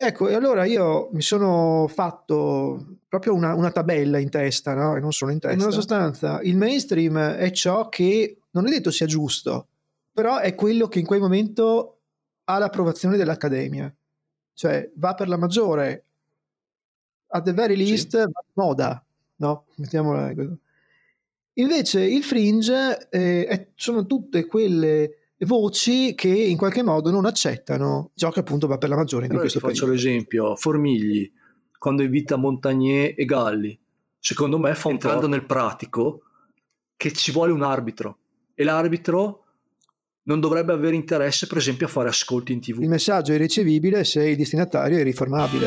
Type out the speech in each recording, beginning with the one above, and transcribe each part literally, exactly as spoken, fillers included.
Ecco, e allora io mi sono fatto proprio una, una tabella in testa, no? E non solo in testa. Nella sostanza, il mainstream è ciò che non è detto sia giusto, però è quello che in quel momento ha l'approvazione dell'accademia. Cioè, va per la maggiore, at the very least, Sì. va di moda, no? Mettiamola così. Invece il fringe eh, è- sono tutte quelle voci che in qualche modo non accettano ciò che appunto va per la maggiore in Però io ti questo faccio periodo. l'esempio, Formigli, quando invita Montagnier e Galli, secondo me fa un entrando nel pratico che ci vuole un arbitro e l'arbitro non dovrebbe avere interesse per esempio a fare ascolti in Il tivù. messaggio è ricevibile se il destinatario è riformabile.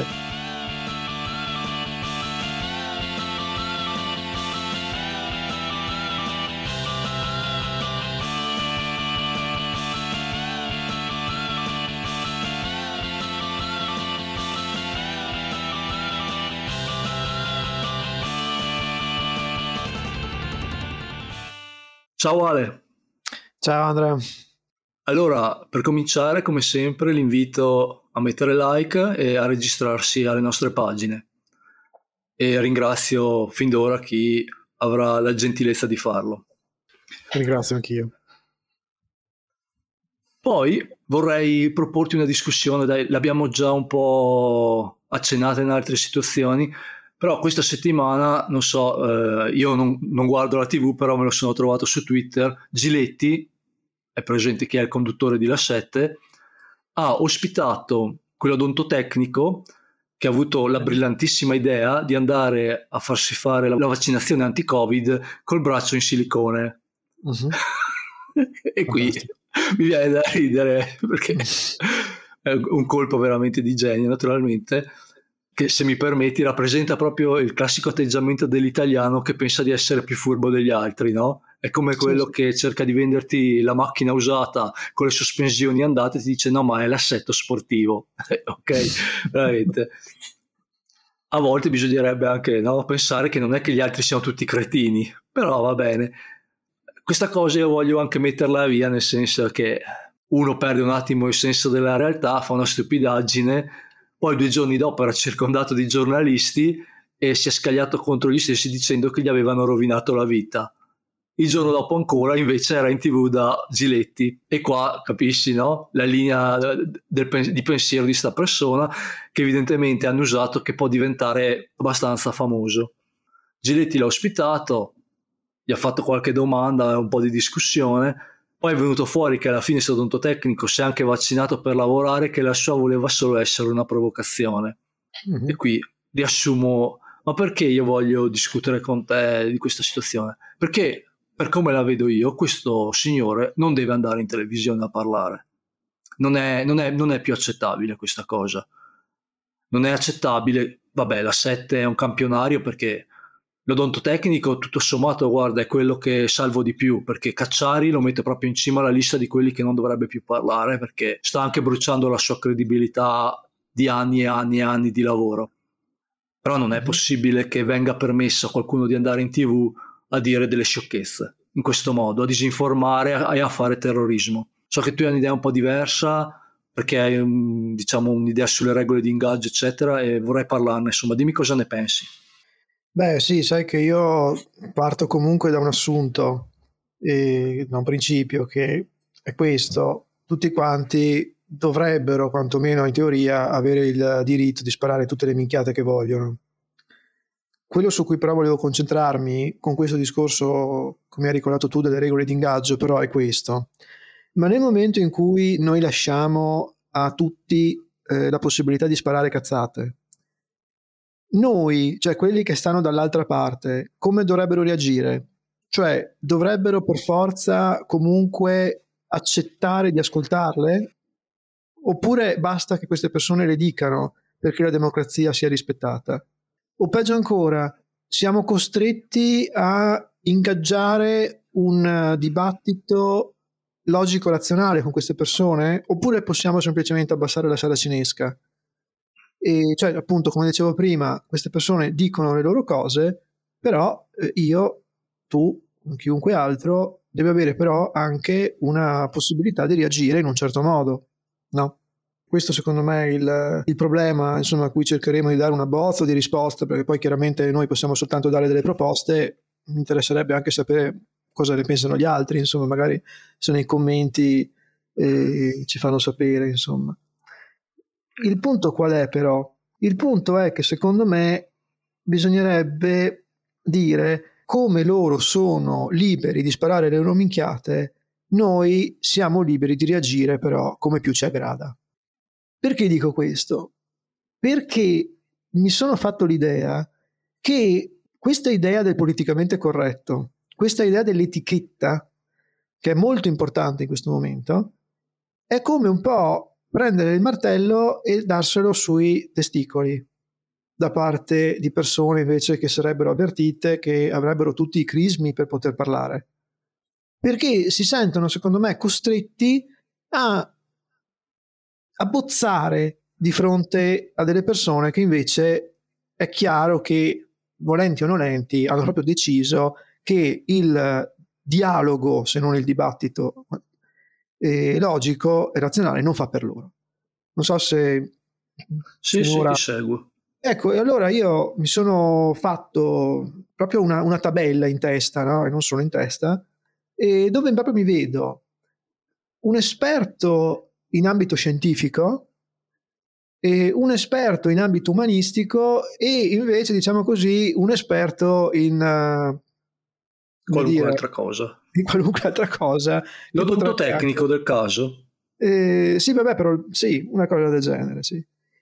Ciao Ale. Ciao Andrea. Allora, per cominciare, come sempre, l'invito a mettere like e a registrarsi alle nostre pagine. E ringrazio fin d'ora chi avrà la gentilezza di farlo. Ringrazio anch'io. Poi vorrei proporti una discussione, dai, l'abbiamo già un po' accennata in altre situazioni, però questa settimana, non so, eh, io non, non guardo la tivù, però me lo sono trovato su Twitter, Giletti, è presente chi è il conduttore di La sette, ha ospitato quell'odontotecnico che ha avuto la brillantissima idea di andare a farsi fare la vaccinazione anti-Covid col braccio in silicone. Uh-huh. E qui Fantastico. Mi viene da ridere perché è un colpo veramente di genio, naturalmente, che se mi permetti rappresenta proprio il classico atteggiamento dell'italiano che pensa di essere più furbo degli altri, no? È come quello sì, sì. che cerca di venderti la macchina usata con le sospensioni andate e ti dice no, ma è l'assetto sportivo. Ok, veramente. A volte bisognerebbe anche, no, pensare che non è che gli altri siano tutti cretini, però va bene. Questa cosa io voglio anche metterla via, nel senso che uno perde un attimo il senso della realtà, fa una stupidaggine, poi due giorni dopo era circondato di giornalisti e si è scagliato contro gli stessi dicendo che gli avevano rovinato la vita. Il giorno dopo ancora invece era in tivù da Giletti, e qua capisci, no? La linea del, di pensiero di sta persona che evidentemente hanno usato, che può diventare abbastanza famoso. Giletti l'ha ospitato, gli ha fatto qualche domanda, un po' di discussione, poi è venuto fuori che alla fine questo odontotecnico si è anche vaccinato per lavorare, che la sua voleva solo essere una provocazione. Mm-hmm. E qui riassumo, ma perché io voglio discutere con te di questa situazione? Perché, per come la vedo io, questo signore non deve andare in televisione a parlare. Non è, non è, non è più accettabile questa cosa. Non è accettabile, vabbè, la sette è un campionario perché l'odontotecnico tutto sommato, guarda, è quello che salvo di più, perché Cacciari lo mette proprio in cima alla lista di quelli che non dovrebbe più parlare, perché sta anche bruciando la sua credibilità di anni e anni e anni di lavoro. Però non è possibile che venga permesso a qualcuno di andare in tivù a dire delle sciocchezze in questo modo, a disinformare e a fare terrorismo. So che tu hai un'idea un po' diversa, perché hai un, diciamo, un'idea sulle regole di ingaggio eccetera, e vorrei parlarne, insomma, dimmi cosa ne pensi. Beh sì, sai che io parto comunque da un assunto, eh, da un principio che è questo: tutti quanti dovrebbero, quantomeno in teoria, avere il diritto di sparare tutte le minchiate che vogliono. Quello su cui però volevo concentrarmi con questo discorso, come hai ricordato tu, delle regole di ingaggio, però è questo: ma nel momento in cui noi lasciamo a tutti eh, la possibilità di sparare cazzate, noi, cioè quelli che stanno dall'altra parte, come dovrebbero reagire? Cioè, dovrebbero per forza comunque accettare di ascoltarle? Oppure basta che queste persone le dicano perché la democrazia sia rispettata? O peggio ancora, siamo costretti a ingaggiare un dibattito logico-razionale con queste persone? Oppure possiamo semplicemente abbassare la saracinesca? E cioè, appunto, come dicevo prima, queste persone dicono le loro cose, però eh, io, tu, chiunque altro, deve avere però anche una possibilità di reagire in un certo modo, no? Questo secondo me è il, il problema, insomma, a cui cercheremo di dare una bozza di risposta, perché poi chiaramente noi possiamo soltanto dare delle proposte. Mi interesserebbe anche sapere cosa ne pensano gli altri, insomma, magari se nei commenti eh, ci fanno sapere, insomma. Il punto qual è però? Il punto è che secondo me bisognerebbe dire come loro sono liberi di sparare le loro minchiate, noi siamo liberi di reagire però come più ci aggrada. Perché dico questo? Perché mi sono fatto l'idea che questa idea del politicamente corretto, questa idea dell'etichetta, che è molto importante in questo momento, è come un po' prendere il martello e darselo sui testicoli da parte di persone invece che sarebbero avvertite, che avrebbero tutti i crismi per poter parlare. Perché si sentono, secondo me, costretti a abbozzare di fronte a delle persone che invece è chiaro che, volenti o nolenti, hanno proprio deciso che il dialogo, se non il dibattito eh, logico e razionale, non fa per loro. Non so se... Sì, finora... sì, ti seguo. Ecco, e allora io mi sono fatto proprio una, una tabella in testa, no? E non solo in testa, e dove proprio mi vedo un esperto in ambito scientifico, e un esperto in ambito umanistico e invece, diciamo così, un esperto in uh, qualunque dire, altra cosa. In qualunque altra cosa. L'odonto tecnico anche... del caso? Eh, sì, vabbè, però sì, una cosa del genere, sì.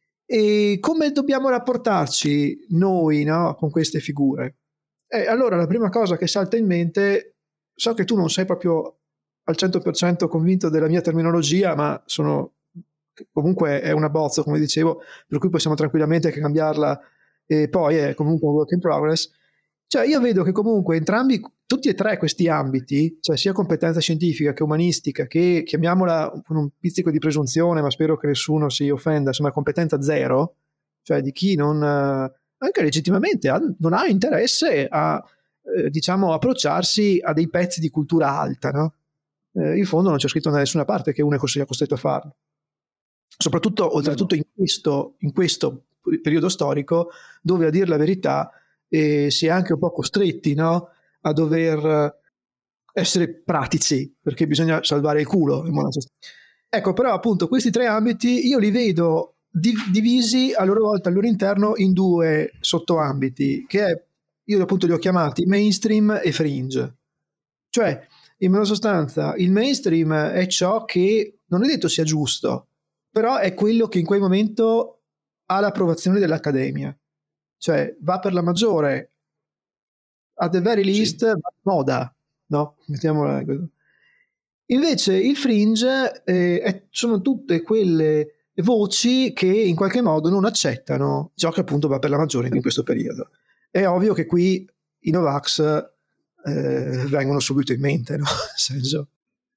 E come dobbiamo rapportarci noi, no, con queste figure? Eh, allora la prima cosa che salta in mente, so che tu non sei proprio al cento per cento convinto della mia terminologia, ma sono comunque è una bozza, come dicevo, per cui possiamo tranquillamente cambiarla, e poi è comunque un work in progress. Cioè io vedo che comunque entrambi, tutti e tre questi ambiti, cioè sia competenza scientifica che umanistica, che chiamiamola con un pizzico di presunzione, ma spero che nessuno si offenda, insomma competenza zero, cioè di chi non, anche legittimamente ha, non ha interesse a, eh, diciamo, approcciarsi a dei pezzi di cultura alta, no? Eh, in fondo non c'è scritto da nessuna parte che uno sia costretto a farlo. Soprattutto, oltretutto, in questo, in questo periodo storico, dove a dir la verità eh, si è anche un po' costretti, no? A dover essere pratici, perché bisogna salvare il culo. Ecco, però appunto questi tre ambiti io li vedo div- divisi a loro volta al loro interno in due sottoambiti, che è, io appunto li ho chiamati mainstream e fringe. Cioè, in buona sostanza, il mainstream è ciò che non è detto sia giusto, però è quello che in quel momento ha l'approvazione dell'accademia, cioè va per la maggiore, at the very least, sì. Va moda, no? Mettiamola così. Invece il fringe eh, è, sono tutte quelle voci che in qualche modo non accettano ciò che appunto va per la maggiore in questo periodo. È ovvio che qui i Novax eh, vengono subito in mente, no? Nel senso,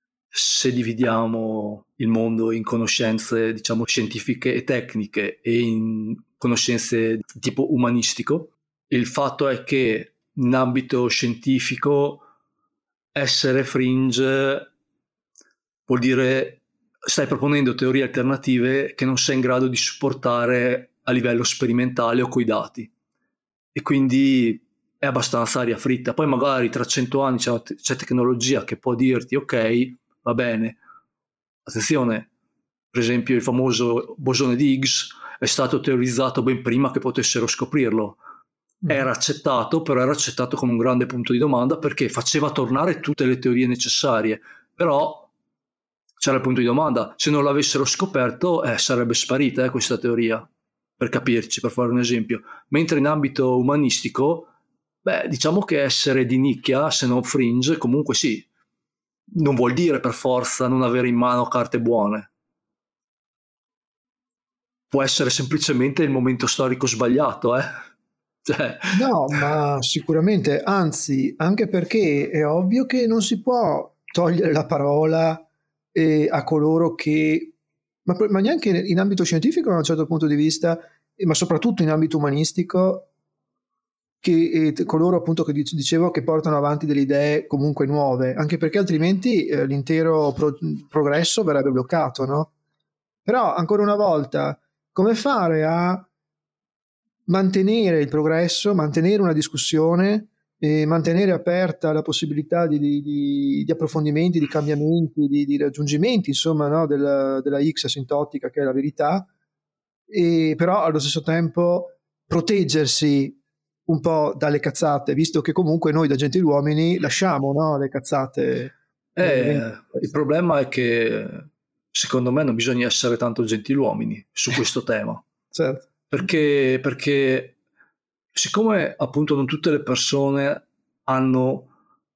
se dividiamo il mondo in conoscenze, diciamo, scientifiche e tecniche e in conoscenze di tipo umanistico, il fatto è che in ambito scientifico essere fringe vuol dire stai proponendo teorie alternative che non sei in grado di supportare a livello sperimentale o coi dati, e quindi è abbastanza aria fritta. Poi magari tra cento anni c'è, c'è tecnologia che può dirti ok, va bene, attenzione, per esempio il famoso bosone di Higgs è stato teorizzato ben prima che potessero scoprirlo, mm. era accettato, però era accettato con un grande punto di domanda perché faceva tornare tutte le teorie necessarie, però c'era il punto di domanda, se non l'avessero scoperto eh, sarebbe sparita eh, questa teoria, per capirci, per fare un esempio. Mentre in ambito umanistico, beh, diciamo che essere di nicchia, se non fringe, comunque sì, non vuol dire per forza non avere in mano carte buone. Può essere semplicemente il momento storico sbagliato, eh? Cioè... No, ma sicuramente, anzi, anche perché è ovvio che non si può togliere la parola eh, a coloro che, ma, ma neanche in ambito scientifico da un certo punto di vista, eh, ma soprattutto in ambito umanistico, che eh, coloro appunto che dicevo che portano avanti delle idee comunque nuove, anche perché altrimenti eh, l'intero pro- progresso verrebbe bloccato, no? Però ancora una volta, come fare a mantenere il progresso, mantenere una discussione, e mantenere aperta la possibilità di, di, di approfondimenti, di cambiamenti, di, di raggiungimenti, insomma, no, della, della X asintotica, che è la verità, e però allo stesso tempo proteggersi un po' dalle cazzate, visto che comunque noi da gentiluomini lasciamo, no, le cazzate. Eh, il problema è che secondo me non bisogna essere tanto gentiluomini su questo tema. Certo. Perché, perché siccome appunto non tutte le persone hanno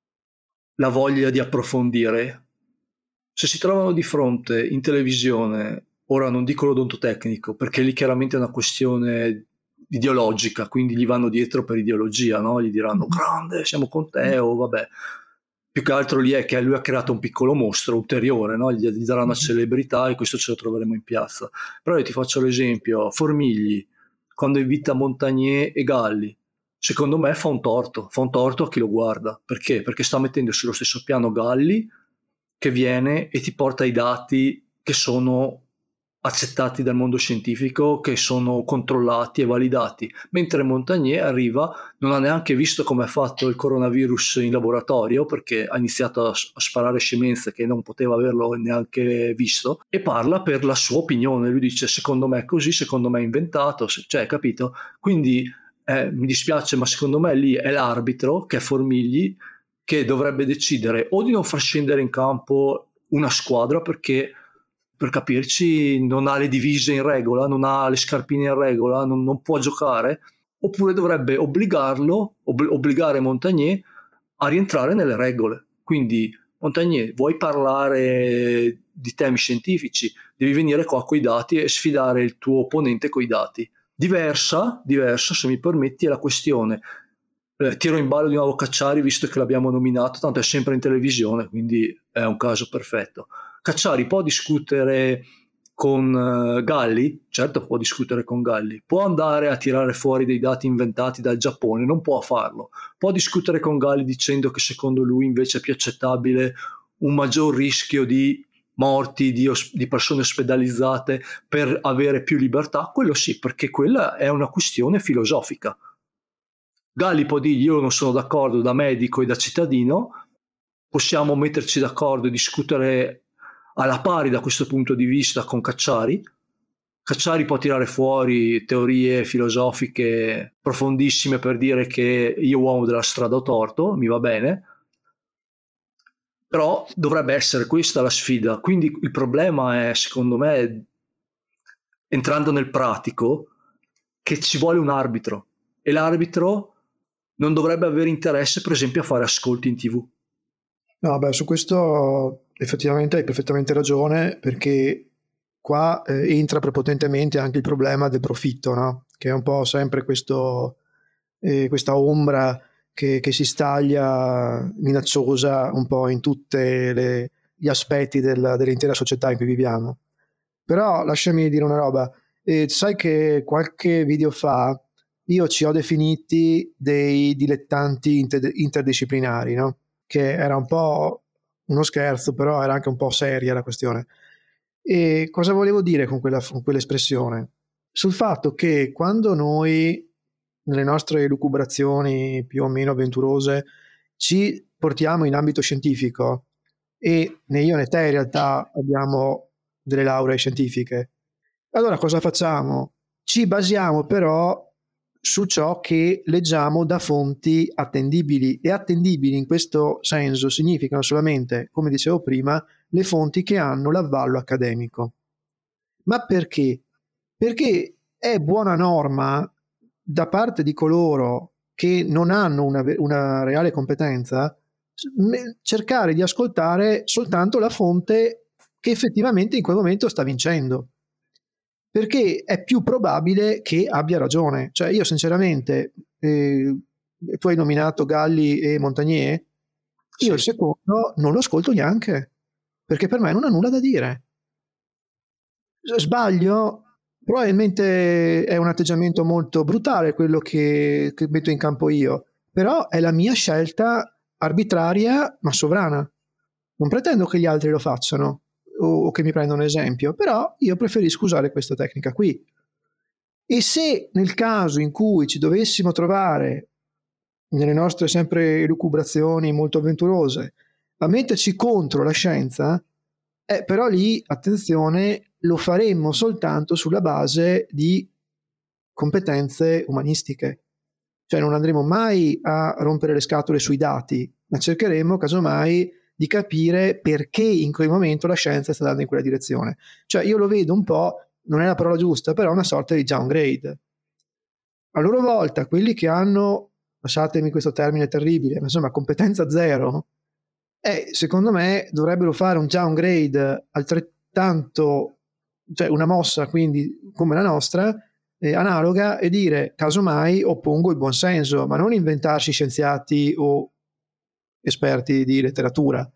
la voglia di approfondire, se si trovano di fronte in televisione, ora non dico l'odontotecnico, perché lì chiaramente è una questione ideologica, quindi gli vanno dietro per ideologia, no? Gli diranno grande, siamo con te, o vabbè. Più che altro lì è che lui ha creato un piccolo mostro ulteriore, no? Gli, gli darà una celebrità e questo ce lo troveremo in piazza. Però io ti faccio l'esempio, Formigli, quando invita Montagnier e Galli, secondo me fa un torto, fa un torto a chi lo guarda. Perché? Perché sta mettendo sullo stesso piano Galli, che viene e ti porta i dati che sono accettati dal mondo scientifico, che sono controllati e validati, mentre Montagnier arriva, non ha neanche visto come è fatto il coronavirus in laboratorio, perché ha iniziato a, a sparare scemenze che non poteva averlo neanche visto, e parla per la sua opinione. Lui dice secondo me è così, secondo me è inventato, cioè, capito? Quindi eh, mi dispiace, ma secondo me lì è l'arbitro, che è Formigli, che dovrebbe decidere o di non far scendere in campo una squadra, perché per capirci non ha le divise in regola, non ha le scarpine in regola, non, non può giocare, oppure dovrebbe obbligarlo, ob- obbligare Montagnier a rientrare nelle regole. Quindi Montagnier, vuoi parlare di temi scientifici, devi venire qua coi dati e sfidare il tuo opponente coi dati. Diversa, diversa, se mi permetti, è la questione. Eh, tiro in ballo di nuovo Cacciari, visto che l'abbiamo nominato, tanto è sempre in televisione, quindi è un caso perfetto. Cacciari può discutere con uh, Galli? Certo, può discutere con Galli. Può andare a tirare fuori dei dati inventati dal Giappone? Non può farlo. Può discutere con Galli dicendo che secondo lui invece è più accettabile un maggior rischio di morti, di, os- di persone ospedalizzate per avere più libertà? Quello sì, perché quella è una questione filosofica. Galli può dire io non sono d'accordo da medico e da cittadino, possiamo metterci d'accordo e discutere alla pari da questo punto di vista con Cacciari. Cacciari può tirare fuori teorie filosofiche profondissime per dire che io uomo della strada ho torto, mi va bene, però dovrebbe essere questa la sfida. Quindi il problema è, secondo me, entrando nel pratico, che ci vuole un arbitro, e l'arbitro non dovrebbe avere interesse per esempio a fare ascolti in tivù. No, beh, su questo effettivamente hai perfettamente ragione, perché qua eh, entra prepotentemente anche il problema del profitto, no? Che è un po' sempre questo, eh, questa ombra che, che si staglia minacciosa un po' in tutti gli aspetti del, dell'intera società in cui viviamo. Però lasciami dire una roba, eh, sai che qualche video fa io ci ho definiti dei dilettanti inter- interdisciplinari, no? Che era un po' uno scherzo, però era anche un po' seria la questione. E cosa volevo dire con, quella, con quell'espressione? Sul fatto che quando noi, nelle nostre lucubrazioni più o meno avventurose, ci portiamo in ambito scientifico, e né io né te in realtà abbiamo delle lauree scientifiche, allora cosa facciamo? Ci basiamo però su ciò che leggiamo da fonti attendibili, e attendibili in questo senso significano solamente, come dicevo prima, le fonti che hanno l'avallo accademico. Ma perché? Perché è buona norma da parte di coloro che non hanno una, una reale competenza cercare di ascoltare soltanto la fonte che effettivamente in quel momento sta vincendo, perché è più probabile che abbia ragione. Cioè io sinceramente, eh, tu hai nominato Galli e Montagnier, io sì. Il secondo non lo ascolto neanche, perché per me non ha nulla da dire. Sbaglio? Probabilmente è un atteggiamento molto brutale quello che, che metto in campo io, però è la mia scelta arbitraria ma sovrana. Non pretendo che gli altri lo facciano. o, o che mi prenda un esempio, però io preferisco usare questa tecnica qui. E se nel caso in cui ci dovessimo trovare nelle nostre sempre elucubrazioni molto avventurose a metterci contro la scienza, eh, però lì, attenzione, lo faremmo soltanto sulla base di competenze umanistiche. Cioè non andremo mai a rompere le scatole sui dati, ma cercheremo casomai di capire perché in quel momento la scienza sta andando in quella direzione. Cioè io lo vedo un po', non è la parola giusta, però una sorta di downgrade. A loro volta, quelli che hanno, lasciatemi questo termine terribile, ma insomma competenza zero, eh, secondo me dovrebbero fare un downgrade altrettanto, cioè una mossa quindi come la nostra, eh, analoga, e dire casomai oppongo il buonsenso, ma non inventarsi scienziati o esperti di letteratura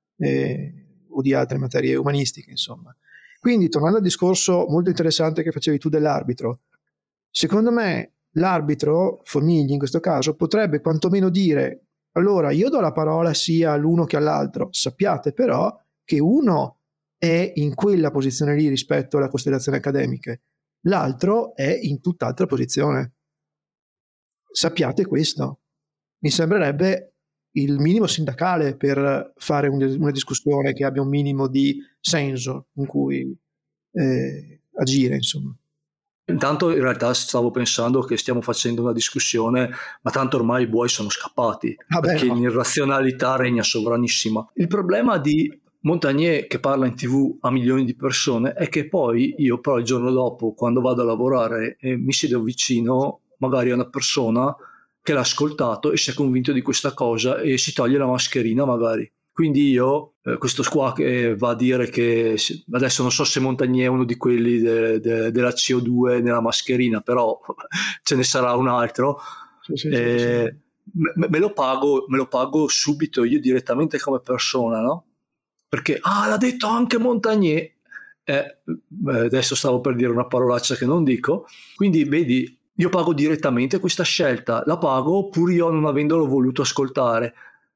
eh, o di altre materie umanistiche, insomma. Quindi tornando al discorso molto interessante che facevi tu dell'arbitro, secondo me l'arbitro, Formigli in questo caso, potrebbe quantomeno dire: allora io do la parola sia all'uno che all'altro, sappiate però che uno è in quella posizione lì rispetto alle costellazioni accademiche, l'altro è in tutt'altra posizione. Sappiate questo. Mi sembrerebbe il minimo sindacale per fare un, una discussione che abbia un minimo di senso in cui eh, agire, insomma. Intanto in realtà stavo pensando che stiamo facendo una discussione, ma tanto ormai i buoi sono scappati, ah perché no. l'irrazionalità regna sovranissima. Il problema di Montagnier, che parla in tv a milioni di persone, è che poi io però il giorno dopo, quando vado a lavorare e mi siedo vicino magari a una persona che l'ha ascoltato e si è convinto di questa cosa e si toglie la mascherina magari. Quindi io, eh, questo qua che va a dire che, adesso non so se Montagnier è uno di quelli de, de, della C O due nella mascherina, però ce ne sarà un altro, sì, sì, eh, sì. Me, me, lo pago, me lo pago subito io direttamente come persona, no? Perché, ah, l'ha detto anche Montagnier, eh, adesso stavo per dire una parolaccia che non dico, quindi vedi, io pago direttamente questa scelta, la pago pur io non avendolo voluto ascoltare,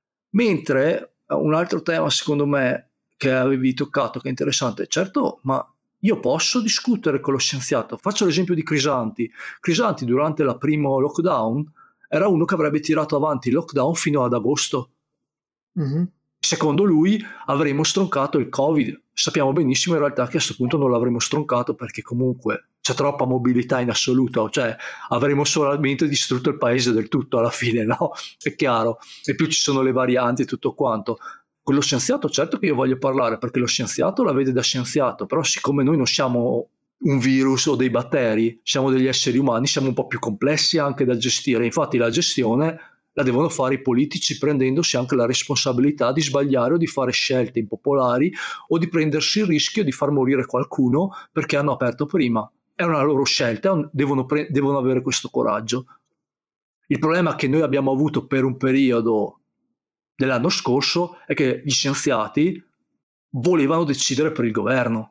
mentre un altro tema secondo me che avevi toccato che è interessante, certo, ma io posso discutere con lo scienziato. Faccio l'esempio di Crisanti. Crisanti durante il primo lockdown era uno che avrebbe tirato avanti il lockdown fino ad agosto. Mm-hmm. Secondo lui avremmo stroncato il Covid. Sappiamo benissimo in realtà che a questo punto non l'avremmo stroncato, perché comunque c'è troppa mobilità in assoluto, cioè avremmo solamente distrutto il paese del tutto alla fine, no? È chiaro. E più ci sono le varianti e tutto quanto. Con lo scienziato certo che io voglio parlare, perché lo scienziato la vede da scienziato, però siccome noi non siamo un virus o dei batteri, siamo degli esseri umani, siamo un po' più complessi anche da gestire. Infatti la gestione la devono fare i politici, prendendosi anche la responsabilità di sbagliare o di fare scelte impopolari o di prendersi il rischio di far morire qualcuno perché hanno aperto prima. È una loro scelta, devono, pre- devono avere questo coraggio. Il problema che noi abbiamo avuto per un periodo dell'anno scorso è che gli scienziati volevano decidere per il governo,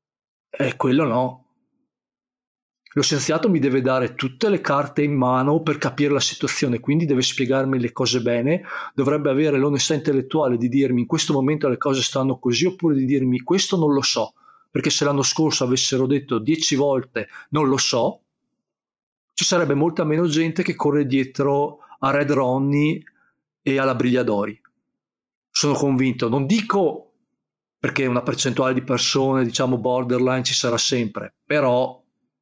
e quello no. Lo scienziato mi deve dare tutte le carte in mano per capire la situazione, quindi deve spiegarmi le cose bene, dovrebbe avere l'onestà intellettuale di dirmi in questo momento le cose stanno così, oppure di dirmi questo non lo so, perché se l'anno scorso avessero detto dieci volte non lo so, ci sarebbe molta meno gente che corre dietro a Red Ronnie e alla Brigliadori. Sono convinto, non dico perché una percentuale di persone, diciamo borderline, ci sarà sempre, però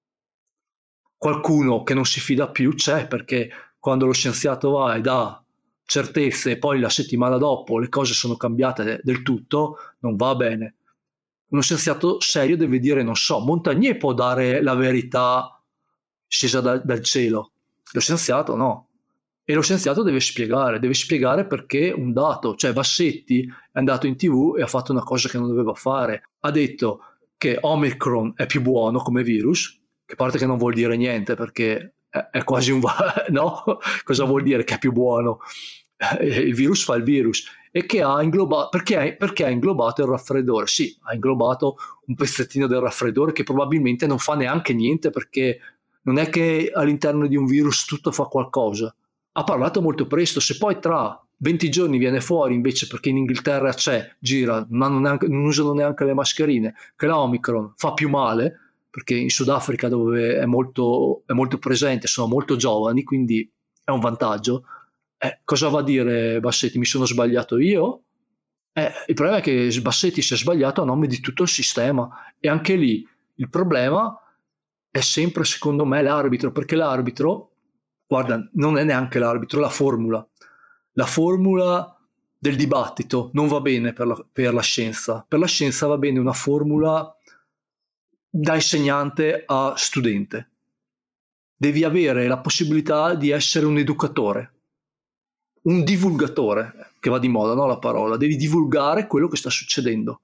qualcuno che non si fida più c'è, perché quando lo scienziato va e dà certezze e poi la settimana dopo le cose sono cambiate del tutto, non va bene. Uno scienziato serio deve dire non so, Montagnier può dare la verità scesa da, dal cielo, lo scienziato no. E lo scienziato deve spiegare, deve spiegare perché un dato, cioè Bassetti è andato in tv e ha fatto una cosa che non doveva fare, ha detto che Omicron è più buono come virus, che a parte che non vuol dire niente perché è, è quasi un no? Cosa vuol dire che è più buono? Il virus fa il virus, e che ha inglobato, perché, perché ha inglobato il raffreddore. Sì, ha inglobato un pezzettino del raffreddore che probabilmente non fa neanche niente, perché non è che all'interno di un virus tutto fa qualcosa. Ha parlato molto presto. Se poi tra venti giorni viene fuori invece, perché in Inghilterra c'è, gira, non, hanno neanche, non usano neanche le mascherine, che la Omicron fa più male, perché in Sudafrica, dove è molto, è molto presente, sono molto giovani, quindi è un vantaggio. Eh, cosa va a dire Bassetti? Mi sono sbagliato io? Eh, il problema è che Bassetti si è sbagliato a nome di tutto il sistema, e anche lì il problema è sempre, secondo me, l'arbitro, perché l'arbitro, guarda, non è neanche l'arbitro, la formula. La formula del dibattito non va bene per la, per la scienza. Per la scienza va bene una formula da insegnante a studente. Devi avere la possibilità di essere un educatore, un divulgatore, che va di moda, no, la parola. Devi divulgare quello che sta succedendo.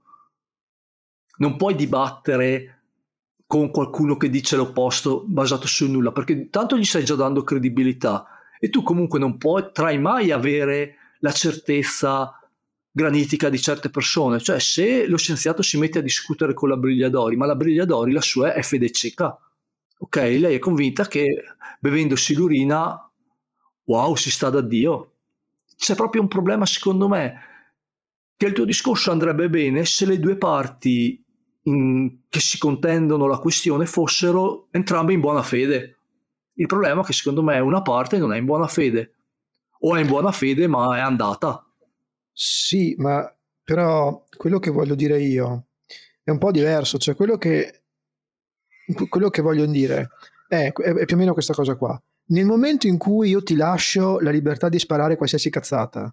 Non puoi dibattere con qualcuno che dice l'opposto basato sul nulla, perché tanto gli stai già dando credibilità, e tu comunque non potrai mai avere la certezza granitica di certe persone. Cioè, se lo scienziato si mette a discutere con la Brigliadori, ma la Brigliadori la sua è fede cieca, ok? Lei è convinta che bevendosi l'urina, wow, si sta da Dio. C'è proprio un problema, secondo me, che il tuo discorso andrebbe bene se le due parti in, che si contendono la questione fossero entrambe in buona fede. Il problema è che secondo me una parte non è in buona fede, o è in buona fede ma è andata. Sì, ma però quello che voglio dire io è un po' diverso, cioè quello che, quello che voglio dire è, è più o meno questa cosa qua. Nel momento in cui io ti lascio la libertà di sparare qualsiasi cazzata,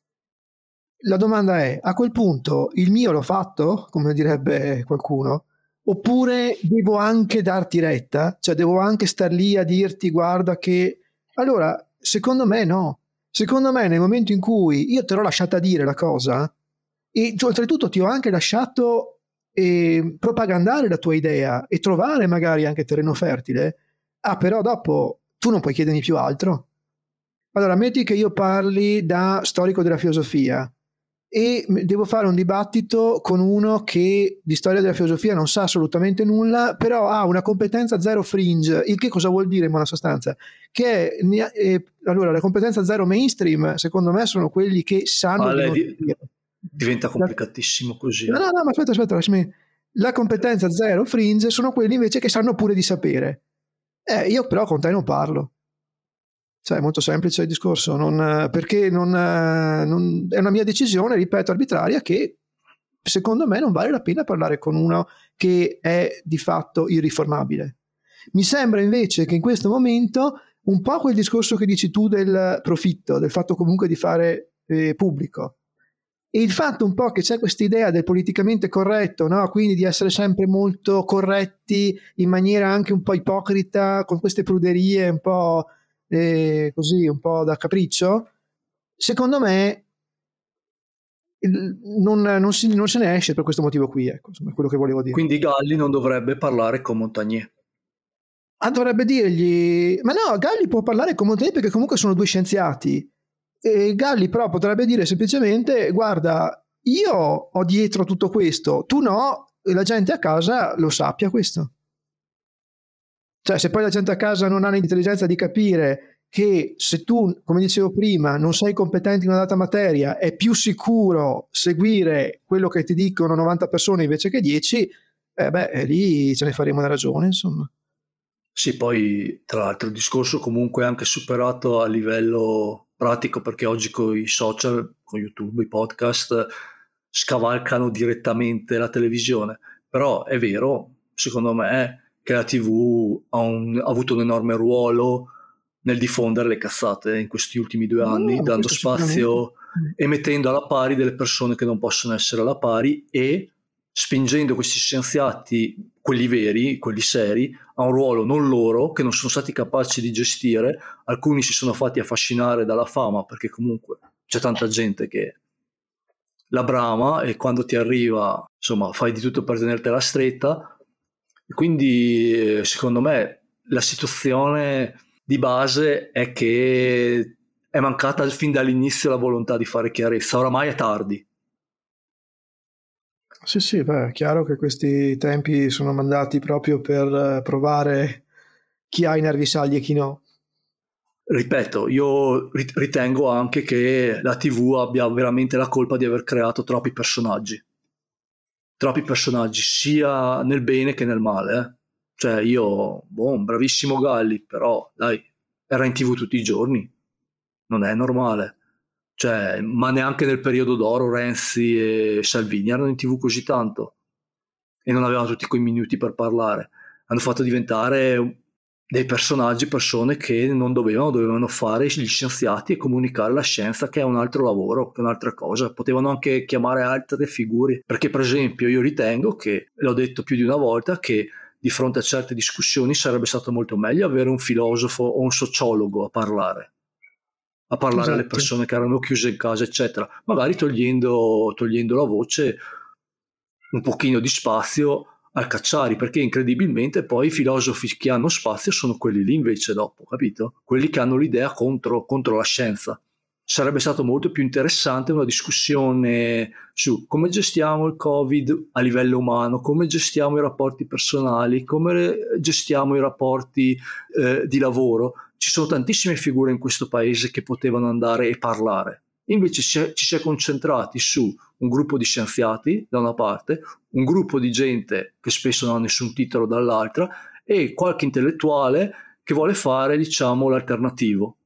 la domanda è, a quel punto il mio l'ho fatto, come direbbe qualcuno, oppure devo anche darti retta? Cioè devo anche star lì a dirti guarda che... Allora, secondo me no. Secondo me nel momento in cui io te l'ho lasciata dire la cosa, e oltretutto ti ho anche lasciato eh, propagandare la tua idea e trovare magari anche terreno fertile, ah però dopo tu non puoi chiedermi più altro. Allora, metti che io parli da storico della filosofia e devo fare un dibattito con uno che di storia della filosofia non sa assolutamente nulla, però ha una competenza zero fringe. Il che cosa vuol dire in buona sostanza? Che è, eh, allora, la competenza zero mainstream, secondo me, sono quelli che sanno Ah, di non di, sapere. diventa complicatissimo così. No, no, no, ma aspetta, aspetta, lasciami. La competenza zero fringe sono quelli invece che sanno pure di sapere. Eh, io però con te non parlo. Cioè, è molto semplice il discorso, non, perché non, non, è una mia decisione, ripeto, arbitraria, che secondo me non vale la pena parlare con uno che è di fatto irriformabile. Mi sembra invece che in questo momento un po' quel discorso che dici tu del profitto, del fatto comunque di fare eh, pubblico, e il fatto un po' che c'è questa idea del politicamente corretto, no? Quindi di essere sempre molto corretti in maniera anche un po' ipocrita, con queste pruderie un po' eh, così, un po' da capriccio, secondo me il, non, non, si, non se ne esce per questo motivo qui, ecco, insomma, è quello che volevo dire. Quindi Galli non dovrebbe parlare con Montagnier. Ah, dovrebbe dirgli, ma no, Galli può parlare con Montagnier perché comunque sono due scienziati. E Galli però potrebbe dire semplicemente, guarda, io ho dietro tutto questo, tu no, e la gente a casa lo sappia questo. Cioè, se poi la gente a casa non ha l'intelligenza di capire che se tu, come dicevo prima, non sei competente in una data materia, è più sicuro seguire quello che ti dicono novanta persone invece che dieci, eh beh, lì ce ne faremo una ragione, insomma. Sì, poi tra l'altro il discorso comunque è anche superato a livello pratico, perché oggi con i social, con YouTube, i podcast, scavalcano direttamente la televisione. Però è vero, secondo me, che la tivù ha, un, ha avuto un enorme ruolo nel diffondere le cazzate in questi ultimi due anni, No, dando spazio e mettendo alla pari delle persone che non possono essere alla pari, e spingendo questi scienziati, quelli veri, quelli seri, a un ruolo non loro, che non sono stati capaci di gestire. Alcuni si sono fatti affascinare dalla fama, perché comunque c'è tanta gente che la brama, e quando ti arriva, insomma, fai di tutto per tenertela stretta. E quindi secondo me la situazione di base è che è mancata fin dall'inizio la volontà di fare chiarezza. Oramai è tardi. Sì, sì, beh, è chiaro che questi tempi sono mandati proprio per provare chi ha i nervi saldi e chi no. ripeto, io ritengo anche che la tivù abbia veramente la colpa di aver creato troppi personaggi, troppi personaggi sia nel bene che nel male, eh. Cioè io, boh, bravissimo Galli, però dai, era in tivù tutti i giorni, non è normale. Cioè, ma neanche nel periodo d'oro Renzi e Salvini erano in tivù così tanto e non avevano tutti quei minuti per parlare. Hanno fatto diventare dei personaggi, persone che non dovevano, dovevano fare gli scienziati e comunicare la scienza, che è un altro lavoro, che è un'altra cosa. Potevano anche chiamare altre figure, perché per esempio io ritengo che, l'ho detto più di una volta, che di fronte a certe discussioni sarebbe stato molto meglio avere un filosofo o un sociologo a parlare a parlare esatto. alle persone che erano chiuse in casa, eccetera, magari togliendo, togliendo la voce, un pochino di spazio al Cacciari, perché incredibilmente poi i filosofi che hanno spazio sono quelli lì invece dopo, capito? Quelli che hanno l'idea contro, contro la scienza. Sarebbe stato molto più interessante una discussione su come gestiamo il Covid a livello umano, come gestiamo i rapporti personali, come gestiamo i rapporti eh, di lavoro. Ci sono tantissime figure in questo paese che potevano andare e parlare. Invece ci si è concentrati su un gruppo di scienziati da una parte, un gruppo di gente che spesso non ha nessun titolo dall'altra e qualche intellettuale che vuole fare, diciamo, l'alternativo.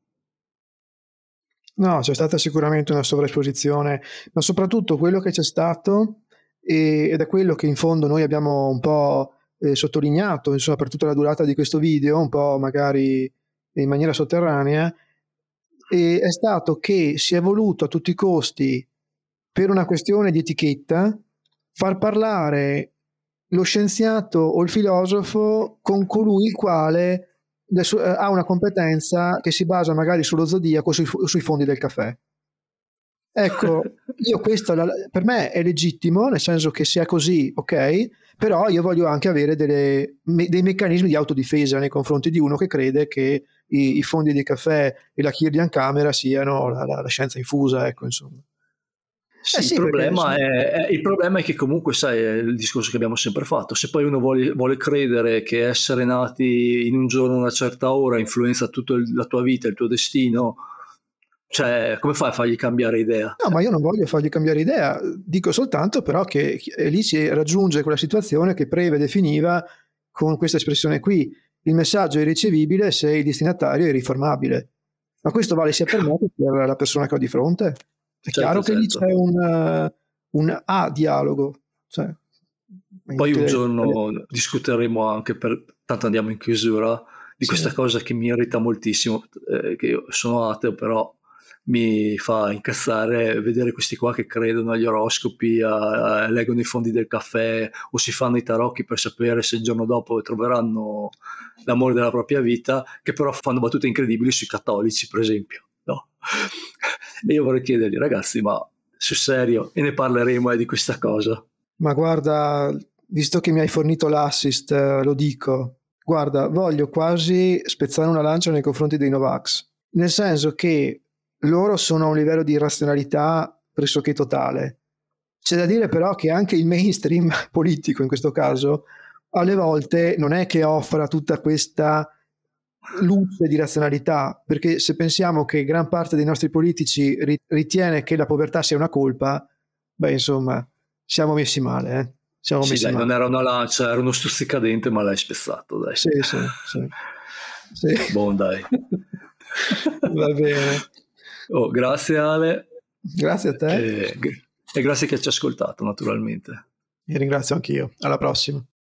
No, c'è stata sicuramente una sovraesposizione, ma soprattutto quello che c'è stato, e, ed è quello che in fondo noi abbiamo un po' eh, sottolineato, insomma, per tutta la durata di questo video, un po' magari in maniera sotterranea, e è stato che si è voluto a tutti i costi, per una questione di etichetta, far parlare lo scienziato o il filosofo con colui il quale adesso, eh, ha una competenza che si basa magari sullo zodiaco, sui, sui fondi del caffè. Ecco, io questo la, per me è legittimo, nel senso che se è così, ok, però io voglio anche avere delle, me, dei meccanismi di autodifesa nei confronti di uno che crede che i, i fondi di caffè e la Kirlian Camera siano la, la, la scienza infusa, ecco, insomma. Sì, Eh sì, il, problema perché... è, è, il problema è che comunque, sai, è il discorso che abbiamo sempre fatto, se poi uno vuole, vuole credere che essere nati in un giorno a una certa ora influenza tutta la tua vita, il tuo destino, cioè come fai a fargli cambiare idea? No, ma io non voglio fargli cambiare idea, dico soltanto però che lì si raggiunge quella situazione che Preve definiva con questa espressione qui: il messaggio è irricevibile se il destinatario è riformabile. Ma questo vale sia per me che per la persona che ho di fronte. È certo, chiaro che certo. Lì c'è un, un A dialogo. Cioè, poi un giorno le... discuteremo anche, per tanto andiamo in chiusura, di sì. questa cosa che mi irrita moltissimo, eh, che io sono ateo, però mi fa incazzare vedere questi qua che credono agli oroscopi, a, a, leggono i fondi del caffè o si fanno i tarocchi per sapere se il giorno dopo troveranno l'amore della propria vita, che però fanno battute incredibili sui cattolici, per esempio, no? E io vorrei chiedergli, ragazzi, ma sul serio, e ne parleremo eh, di questa cosa. Ma guarda, visto che mi hai fornito l'assist, eh, lo dico, guarda, voglio quasi spezzare una lancia nei confronti dei Novax, nel senso che loro sono a un livello di razionalità pressoché totale. C'è da dire però che anche il mainstream politico in questo caso alle volte non è che offra tutta questa luce di razionalità, perché se pensiamo che gran parte dei nostri politici ritiene che la povertà sia una colpa, beh insomma siamo messi male, eh? Siamo sì, messi dai, male. Non era una lancia, era uno stuzzicadente, ma l'hai spezzato, dai. Sì, sì, sì. sì. Buon dai. Va bene. Oh, grazie Ale. Grazie a te. E, e grazie che ci hai ascoltato, naturalmente. Vi ringrazio anch'io. Alla prossima.